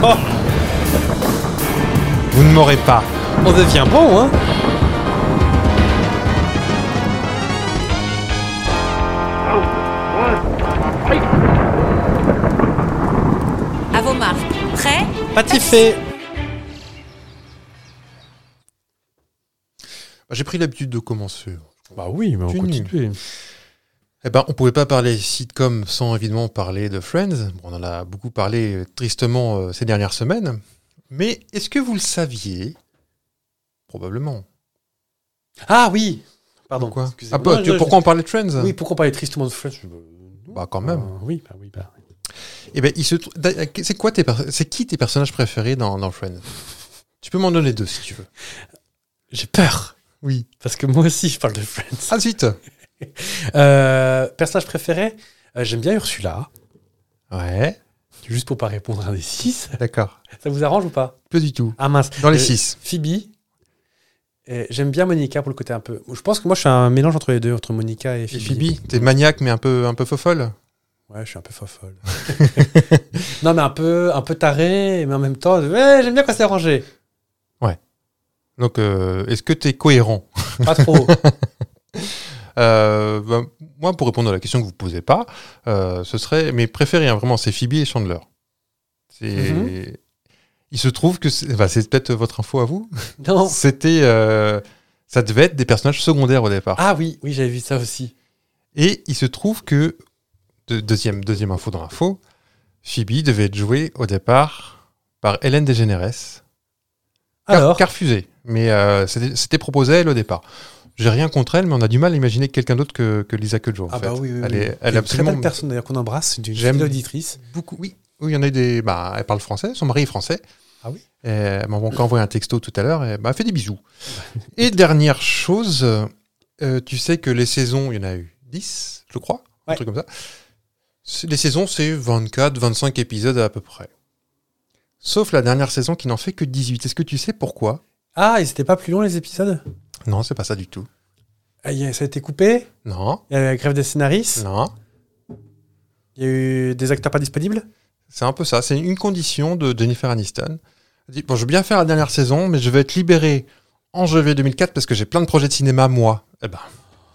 Vous ne m'aurez pas. On devient bon, hein. À vos marques. Prêt ? Patifé. J'ai pris l'habitude de commencer. Bah oui, mais on continue. Eh ben, on pouvait pas parler sitcom sans évidemment parler de Friends. Bon, on en a beaucoup parlé tristement ces dernières semaines. Mais est-ce que vous le saviez ? Probablement. Ah oui. Pardon. Pourquoi Excusez-moi. Pourquoi on parlait de Friends ? Oui, pourquoi on parlait tristement de Friends ? Bah quand même. Oui. Eh ben, c'est qui tes personnages préférés dans Friends ? Tu peux m'en donner 2 si tu veux. J'ai peur. Oui. Parce que moi aussi, je parle de Friends. Ah zut. Personnage préféré, j'aime bien Ursula. Ouais. Juste pour pas répondre à un des 6. D'accord. Ça vous arrange ou pas ? Pas du tout. Ah mince. Dans les 6. Phoebe. Et j'aime bien Monica pour le côté un peu... Je pense que moi, je suis un mélange entre les deux, entre Monica et Et Phoebe. Phoebe, t'es maniaque mais un peu fofolle. Ouais, je suis un peu fofolle. Non, mais un peu taré, mais en même temps, ouais, j'aime bien quand c'est rangé. Donc, est-ce que t'es cohérent ? Pas trop. Moi, pour répondre à la question que vous ne posez pas, ce serait mes préférés, hein, vraiment, c'est Phoebe et Chandler. Il se trouve que c'est peut-être votre info à vous. Non. C'était, ça devait être des personnages secondaires au départ. Ah oui, j'avais vu ça aussi. Et il se trouve que deuxième info dans l'info, Phoebe devait être jouée au départ par Ellen DeGeneres. Alors, Car refusé. Mais c'était proposé elle au départ. J'ai rien contre elle, mais on a du mal à imaginer quelqu'un d'autre que Lisa Kudrow. Ah en fait. bah oui. Elle est une absolument très belle personne d'ailleurs qu'on embrasse, une J'aime auditrice. beaucoup. Oui, il y en a des. Bah, elle parle français, son mari est français. Ah oui. Elle m'a encore envoyé un texto tout à l'heure. Et elle fait des bisous. Et dernière chose, tu sais que les saisons, il y en a eu 10, je crois, un truc comme ça. Les saisons, c'est 24, 25 épisodes à peu près. Sauf la dernière saison qui n'en fait que 18. Est-ce que tu sais pourquoi ? Ah, ils étaient pas plus longs les épisodes ? Non, c'est pas ça du tout. Ça a été coupé ? Non. Il y a eu la grève des scénaristes ? Non. Il y a eu des acteurs pas disponibles ? C'est un peu ça. C'est une condition de Jennifer Aniston. Elle dit, bon, je veux bien faire la dernière saison, mais je vais être libérée en janvier 2004 parce que j'ai plein de projets de cinéma, moi. Eh ben,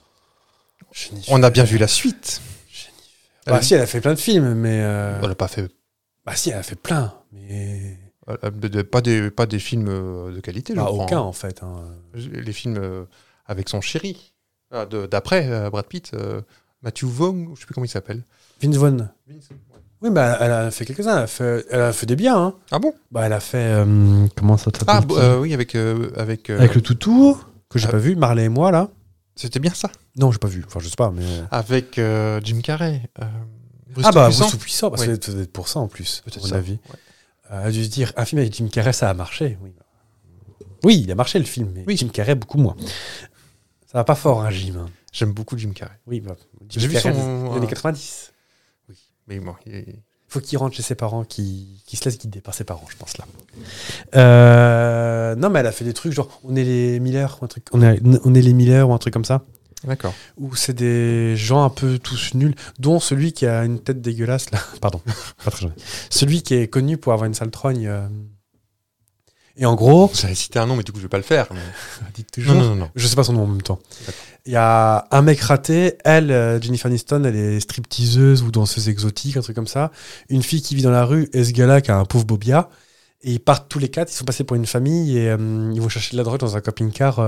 on a bien vu la suite. Bah si, elle a fait plein de films, mais... Elle n'a pas fait... Bah si, elle a fait plein, mais... Pas des films de qualité, je crois. Aucun, en fait. Hein. Les films avec son chéri, d'après Brad Pitt, Matthew Vaughn, je ne sais plus comment il s'appelle. Vince Vaughn. Oui, bah elle a fait quelques-uns. Elle a fait des biens. Hein. Ah bon ? Bah elle a fait... comment ça s'appelle ? Oui, avec le toutou, que j'ai pas vu, Marley et moi, là. C'était bien ça ? Non, j'ai pas vu. Enfin, je sais pas, mais... Avec Jim Carrey. Bruce Tout-Puissant. Bah, ça doit être pour ça, en plus, peut-être à mon ça. avis. Ouais. Elle a dû se dire, un film avec Jim Carrey, ça a marché. Oui, il a marché, le film, mais Jim Carrey, beaucoup moins. Ça va pas fort, hein, Jim. J'aime beaucoup Jim Carrey. Oui, bah, J'ai Jim vu Carrey son... des années 90. Oui, mais bon... Faut qu'il rentre chez ses parents, qui se laisse guider par ses parents, je pense, là. Non, mais elle a fait des trucs genre, on est les Miller, ou un truc, on est les Miller, ou un truc comme ça. D'accord. Où c'est des gens un peu tous nuls, dont celui qui a une tête dégueulasse, là. Pardon, pas très gentil. Celui qui est connu pour avoir une sale trogne. Et en gros... J'allais citer un nom, mais du coup, je vais pas le faire. Mais... Dites toujours. Non. Je sais pas son nom en même temps. Il y a un mec raté, elle, Jennifer Aniston, elle est stripteaseuse ou danseuse exotique, un truc comme ça. Une fille qui vit dans la rue, et ce gars-là qui a un pauvre bobia. Et ils partent tous les 4, ils sont passés pour une famille, et ils vont chercher de la drogue dans un camping-car...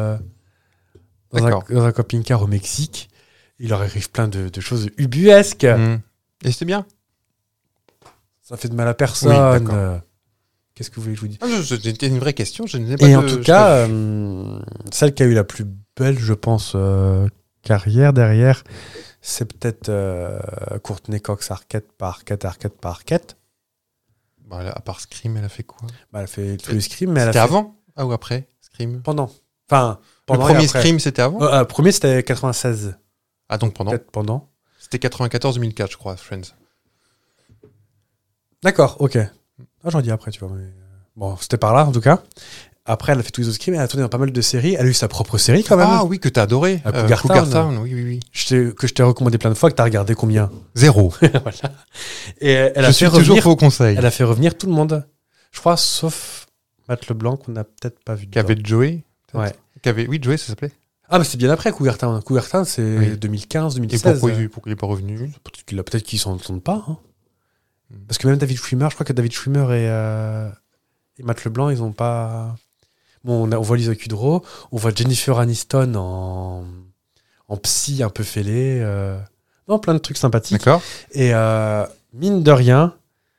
dans un camping-car au Mexique. Il leur arrive plein de choses ubuesques. Et c'était bien. Ça fait de mal à personne. Oui, qu'est-ce que vous voulez que je vous dise ? C'était une vraie question. Je n'ai pas Et en tout cas, celle qui a eu la plus belle, je pense, carrière derrière, c'est peut-être Courtney Cox Arquette par Arquette. Bah, à part Scream, elle a fait quoi ? Elle a fait tous les Scream. Mais c'était avant ou après Scream ? Pendant. Enfin, le premier Scream, c'était avant ? Le premier, c'était 96. Ah, donc pendant. Peut-être pendant. C'était 94-2004, je crois, Friends. D'accord, ok. J'en dis après, tu vois. Mais... Bon, c'était par là, en tout cas. Après, elle a fait tous les autres Scream, elle a tourné dans pas mal de séries. Elle a eu sa propre série, quand même. Ah oui, que t'as adoré. Cougar Town, oui. Que je t'ai recommandé plein de fois, que t'as regardé combien ? 0. Voilà. Et elle je suis toujours faux conseil. Elle a fait revenir tout le monde. Je crois, sauf Matt LeBlanc, qu'on n'a peut-être pas vu. Qui avait Joey. Ouais. Oui, Joey, ça s'appelait. Ah, mais c'est bien après Coubertin. Coubertin, c'est Oui. 2015, Et 2016. pourquoi il n'est pas revenu? Peut-être qu'ils s'en entendent pas. Hein. Parce que même David Schwimmer, je crois que David Schwimmer et Matt LeBlanc, ils ont pas. Bon, on voit Lisa Kudrow, on voit Jennifer Aniston en psy un peu fêlé. Non, plein de trucs sympathiques. D'accord. Et mine de rien,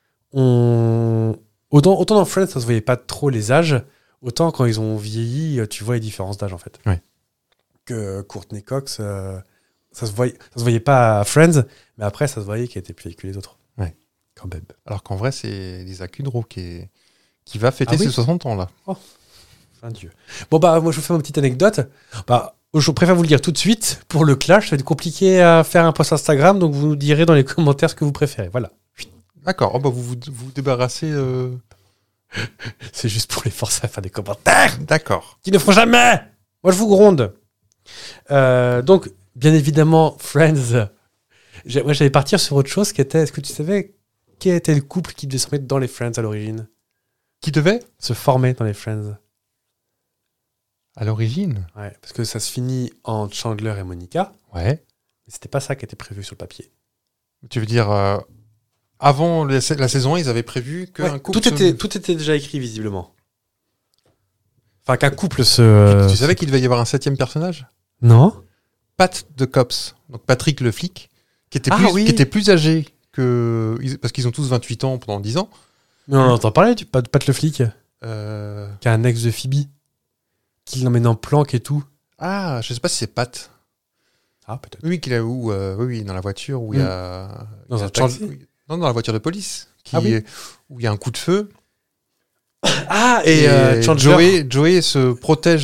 autant dans Friends, ça se voyait pas trop les âges, autant quand ils ont vieilli, tu vois les différences d'âge en fait. Ouais. Que Courtney Cox, ça se voyait pas à Friends, mais après ça se voyait qu'elle était plus vieille que les autres. Ouais. Quand même. Alors qu'en vrai, c'est Lisa Kudrow qui va fêter Ah oui ses 60 ans là. Enfin, Dieu. Bon, bah, moi, je vous fais ma petite anecdote. Bah, je préfère vous le dire tout de suite. Pour le clash, ça va être compliqué à faire un post Instagram, donc vous nous direz dans les commentaires ce que vous préférez. Voilà. D'accord. Oh, bah, vous débarrassez. C'est juste pour les forcer à faire des commentaires D'accord. qui ne font jamais. Moi, je vous gronde. Donc, bien évidemment, Friends. Moi, j'allais partir sur autre chose qui était. Est-ce que tu savais quel était le couple qui devait se mettre dans les Friends à l'origine? Qui devait Se former dans les Friends. à l'origine? Ouais, parce que ça se finit en Chandler et Monica. Ouais. Mais c'était pas ça qui était prévu sur le papier. Tu veux dire avant la saison 1, ils avaient prévu qu'un Ouais, couple. tout était déjà écrit visiblement. Enfin, qu'un couple se. Tu savais qu'il devait y avoir un 7e personnage? Non. Pat de Cops. Donc Patrick le flic, qui était, Ah, plus, oui. qui était plus âgé que. Parce qu'ils ont tous 28 ans pendant 10 ans. Mais on entend parler du Pat le flic, Euh, qui est un ex de Phoebe, qui l'emmène en planque et tout. Ah, je sais pas si c'est Pat. Ah, peut-être. Oui, qu'il a où oui, dans la voiture où il y a. Dans il y a un taxi. oui. Non, dans la voiture de police. Ah oui. Où il y a un coup de feu. Ah, Et Chandler. Joey se protège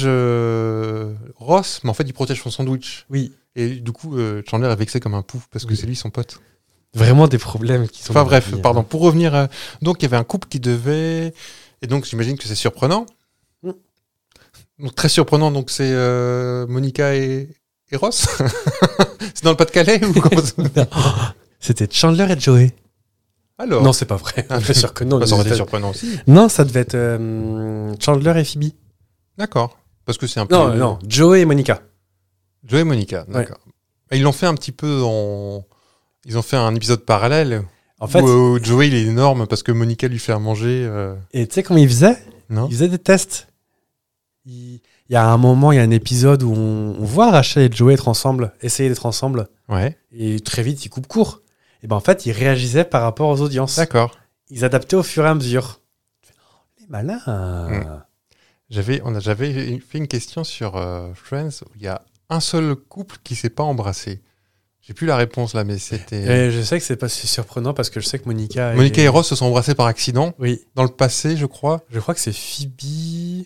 Ross, mais en fait, il protège son sandwich. Oui. Et du coup, Chandler est vexé comme un pouf parce que Oui. c'est lui son pote. Vraiment des problèmes qui sont. Enfin bref, dans la vie, pardon. Pour revenir à... Donc, il y avait un couple qui devait... Et donc, j'imagine que c'est surprenant. Mm. Donc, très surprenant. Donc, c'est Monica et Ross. C'est dans le Pas-de-Calais ou comment ça... C'était Chandler et Joey. Alors Non, c'est pas vrai. Je suis sûr que non. bah, ça aurait été C'était- surprenant aussi. Non, ça devait être Chandler et Phoebe. D'accord. Parce que c'est un peu... Non, Joey et Monica. Joey et Monica, d'accord. Et ils l'ont fait un petit peu en... Ils ont fait un épisode parallèle En fait, où Joey il est énorme parce que Monica lui fait à manger. et tu sais comment ils faisaient? Non. Ils faisaient des tests. Il y a un moment, il y a un épisode où on voit Rachel et Joey être ensemble, essayer d'être ensemble, Ouais. et très vite, ils coupent court. Et ben en fait, ils réagissaient par rapport aux audiences. D'accord. Ils adaptaient au fur et à mesure. Oh, les malins. J'avais fait une question sur Friends où il y a un seul couple qui s'est pas embrassé. J'ai plus la réponse là, mais c'était. Et je sais que c'est pas si surprenant parce que je sais que Monica Et Ross se sont embrassés par accident Oui, dans le passé, je crois. je crois que c'est Phoebe.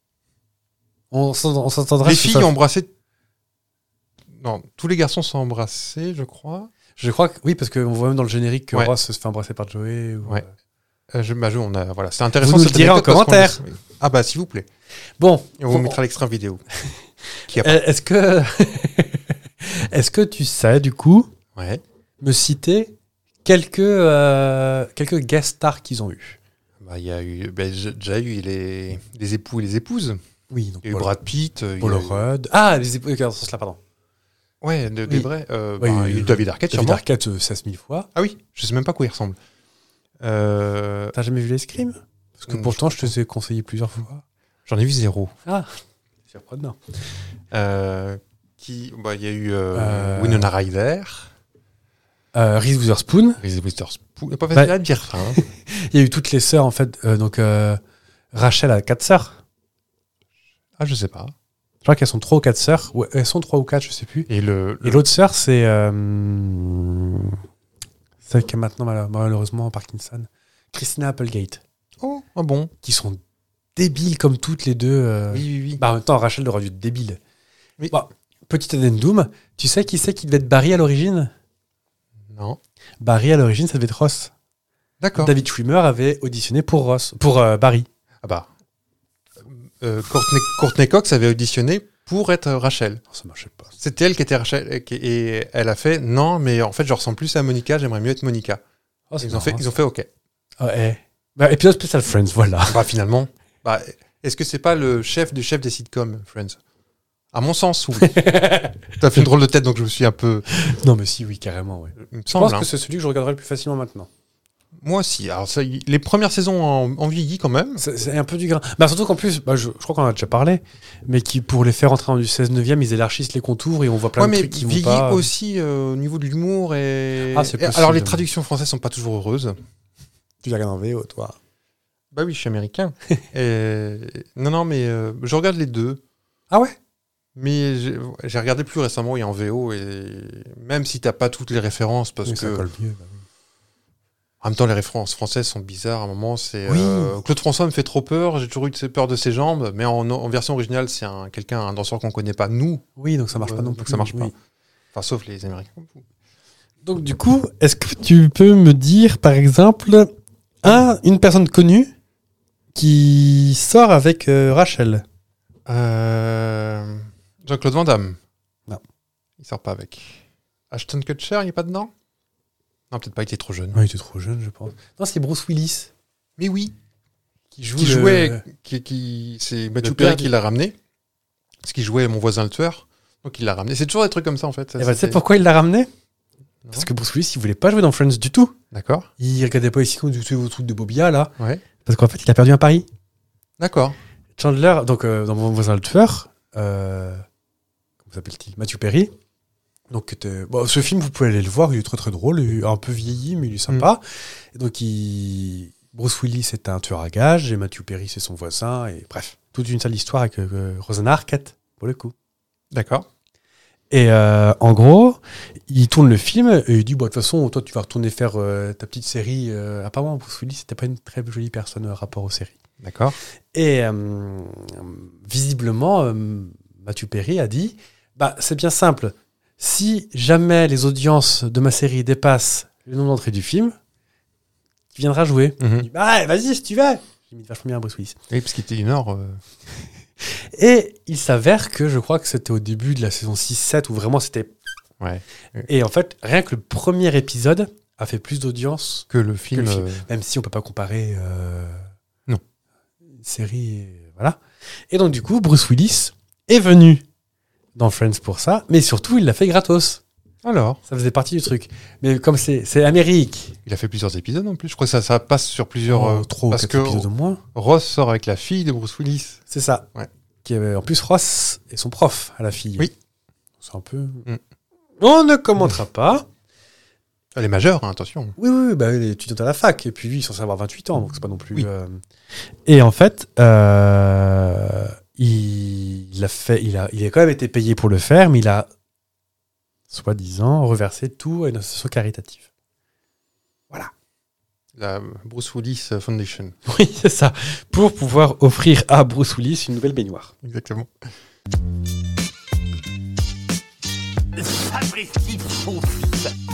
On s'entendra. Les sur filles ça. ont embrassé. Non, tous les garçons sont embrassés, je crois. Je crois que oui, parce qu'on voit même dans le générique que Ouais. Ross se fait embrasser par Joey. Ou... Ouais. On a, voilà, c'est intéressant. Vous nous le cette direz en anecdote parce qu'on commentaire. est- Ah bah s'il vous plaît. Bon, Et on vous mettra l'extrait vidéo. Qui a... est-ce que est-ce que tu sais du coup Ouais. me citer quelques guest stars qu'ils ont eu? Bah, il y a eu, j'ai déjà eu les époux et les épouses. Oui, donc Il y a eu Brad Pitt. il y Paul a eu- Rudd. Ah, les épouses, dans ce sens-là, pardon. Ouais, des Oui. vrais. Oui, Il y a eu David Arquette, David sûrement. Arquette, 16 000 fois. Ah oui, je sais même pas à quoi il ressemble. T'as jamais vu les Scream? Parce que pourtant, je te les ai conseillés plusieurs fois. J'en ai vu 0. Ah, surprenant. Il y a eu Winona Ryder, Reese Witherspoon. Reese Witherspoon. Pas Bah, facile à dire, ça. Hein. Il y a eu toutes les sœurs, en fait. Donc, Rachel a 4 sœurs. Ah, je sais pas. Je crois qu'elles sont 3 ou 4 sœurs. Ouais, elles sont 3 ou 4, je sais plus. Et Et l'autre sœur, c'est celle qui a maintenant malheureusement Parkinson. Christina Applegate. Oh, ah bon. Qui sont débiles comme toutes les deux. Oui. Bah, en même temps, Rachel aurait dû être débile. Oui. Bon, petit addendum. Tu sais qui c'est qui devait être Barry à l'origine? Non. Barry à l'origine, ça devait être Ross. D'accord. David Schwimmer avait auditionné pour Ross, pour Barry. Ah bah. Courtney Cox avait auditionné pour être Rachel. Oh, ça marchait pas. C'était elle qui était Rachel. Et elle a fait non, mais en fait, je ressemble plus à Monica, j'aimerais mieux être Monica. Oh, c'est Ils ont fait OK. Oh, Bah, épisode spécial Friends, voilà. Bah, finalement. Bah, est-ce que c'est pas le chef du chef des sitcoms, Friends? À mon sens, oui. T'as fait une drôle de tête, donc je me suis un peu... Non, mais si, oui, carrément, ouais. Il me Je semble, pense hein. que c'est celui que je regarderai le plus facilement maintenant. Moi aussi. Alors, ça, les premières saisons en vieilli quand même. C'est un peu du grain. Bah, surtout qu'en plus, je crois qu'on en a déjà parlé, mais qui, pour les faire entrer dans du 16-9e, ils élargissent les contours et on voit plein Ouais, de mais trucs qui vont vieilli pas. aussi au niveau de l'humour et... Ah, c'est et possible. alors, les traductions françaises sont pas toujours heureuses. Tu la regardes en VO, toi. Bah oui, je suis américain. Non, mais je regarde les deux. Ah ouais? Mais j'ai regardé plus récemment, il y a en VO, et même si t'as pas toutes les références, parce Oui, que ça colle mieux. Bah oui. en même temps les références françaises sont bizarres à un moment. C'est Oui. Claude François me fait trop peur, j'ai toujours eu peur de ses jambes, mais en version originale c'est un danseur qu'on connaît pas, nous. Oui, donc ça marche pas non plus. Donc ça marche pas. Oui. Enfin, sauf les Américains. Donc du coup, est-ce que tu peux me dire, par exemple, une personne connue qui sort avec Rachel? Jean-Claude Van Damme. Non. Il sort pas avec. Ashton Kutcher, il est pas dedans? Non, peut-être pas, il était trop jeune. Ouais, il était trop jeune, je pense. Non, c'est Bruce Willis Mais oui, qui joue qui jouait, c'est Matthew le père Perry qui l'a ramené. Parce qu'il jouait Mon voisin le tueur. Donc il l'a ramené. C'est toujours des trucs comme ça en fait. Et bah, tu sais pourquoi il l'a ramené? Non. Parce que Bruce Willis, il voulait pas jouer dans Friends du tout. D'accord. Il regardait pas ici comme tous vos trucs de Bobia, là. Ouais. Parce qu'en fait, il a perdu un pari. D'accord. Chandler, donc dans Mon voisin le tueur, comment s'appelle-t-il? Matthew Perry. Donc, ce film, vous pouvez aller le voir, il est très très drôle, il est un peu vieilli, mais il est sympa. Et donc, Bruce Willis est un tueur à gages, et Matthew Perry, c'est son voisin, et bref, toute une sale histoire avec Rosanna Arquette, pour le coup. D'accord. Et en gros, il tourne le film, et il dit, de toute façon, toi, tu vas retourner faire ta petite série. Apparemment, Bruce Willis, c'était pas une très jolie personne rapport aux séries. D'accord. Et visiblement, Matthew Perry a dit, c'est bien simple. Si jamais les audiences de ma série dépassent le nombre d'entrées du film, tu viendras jouer. Il dit, vas-y, si tu veux. J'ai mis vachement bien Bruce Willis. Oui, parce qu'il était du Nord. Et il s'avère que je crois que c'était au début de la saison 6-7 où vraiment c'était... Ouais. Et en fait, rien que le premier épisode a fait plus d'audience Que le film. Même si on peut pas comparer Non. une série. Voilà. Et donc, du coup, Bruce Willis est venu dans Friends pour ça, mais surtout, il l'a fait gratos. Alors, Ça faisait partie du truc. Mais comme c'est Amérique. il a fait plusieurs épisodes en plus. Je crois que ça passe sur plusieurs. 3 ou parce 4 que épisodes au moins. Ross sort avec la fille de Bruce Willis. C'est ça. Ouais. Qui avait, en plus, Ross est son prof à la fille. Oui. C'est un peu... On ne commentera pas. Elle est majeure, hein, attention. Oui, elle est étudiante à la fac. Et puis lui, il est censé avoir 28 ans, donc c'est pas non plus... Oui. Et en fait, il a quand même été payé pour le faire, mais il a, soi-disant, reversé tout à une association caritative. Voilà. La Bruce Willis Foundation. Oui, c'est ça. Pour pouvoir offrir à Bruce Willis une nouvelle baignoire. Exactement. Sapristi, faux fils.